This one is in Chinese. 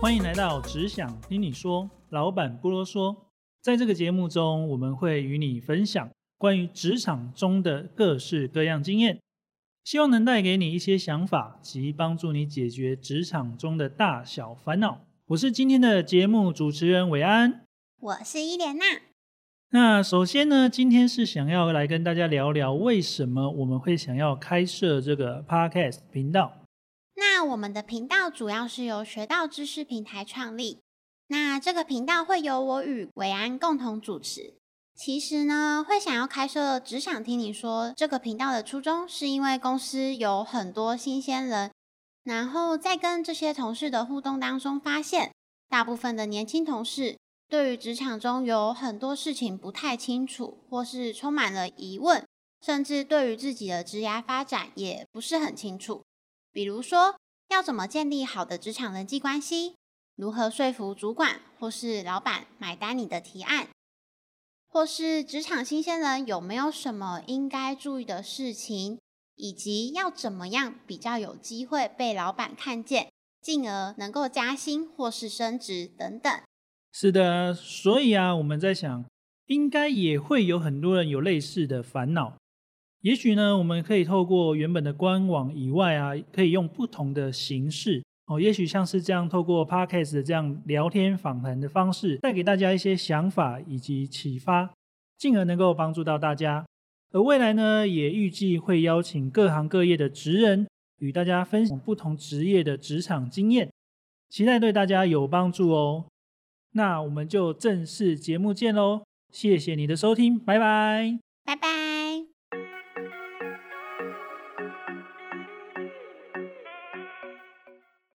欢迎来到只想听你说，老板不啰嗦。在这个节目中，我们会与你分享关于职场中的各式各样经验，希望能带给你一些想法及帮助你解决职场中的大小烦恼。我是今天的节目主持人伟安， 我是伊莲娜。 那首先呢，今天是想要来跟大家聊聊为什么我们会想要开设这个 Podcast 频道。 那我们的频道主要是由学到知识平台创立，那这个频道会由我与伟安共同主持。其实呢，会想要开设只想听你说这个频道的初衷，是因为公司有很多新鲜人，然后在跟这些同事的互动当中发现，大部分的年轻同事对于职场中有很多事情不太清楚，或是充满了疑问，甚至对于自己的职涯发展也不是很清楚。比如说，要怎么建立好的职场人际关系，如何说服主管或是老板买单你的提案，或是职场新鲜人有没有什么应该注意的事情，以及要怎么样比较有机会被老板看见，进而能够加薪或是升职等等。 是的，所以我们在想，应该也会有很多人有类似的烦恼。也许呢，我们可以透过原本的官网以外可以用不同的形式也许像是这样透过 Podcast 的这样聊天访谈的方式，带给大家一些想法以及启发，进而能够帮助到大家。而未来呢，也预计会邀请各行各业的职人，与大家分享不同职业的职场经验，期待对大家有帮助哦。那我们就正式节目见咯，谢谢你的收听，拜拜。 拜拜。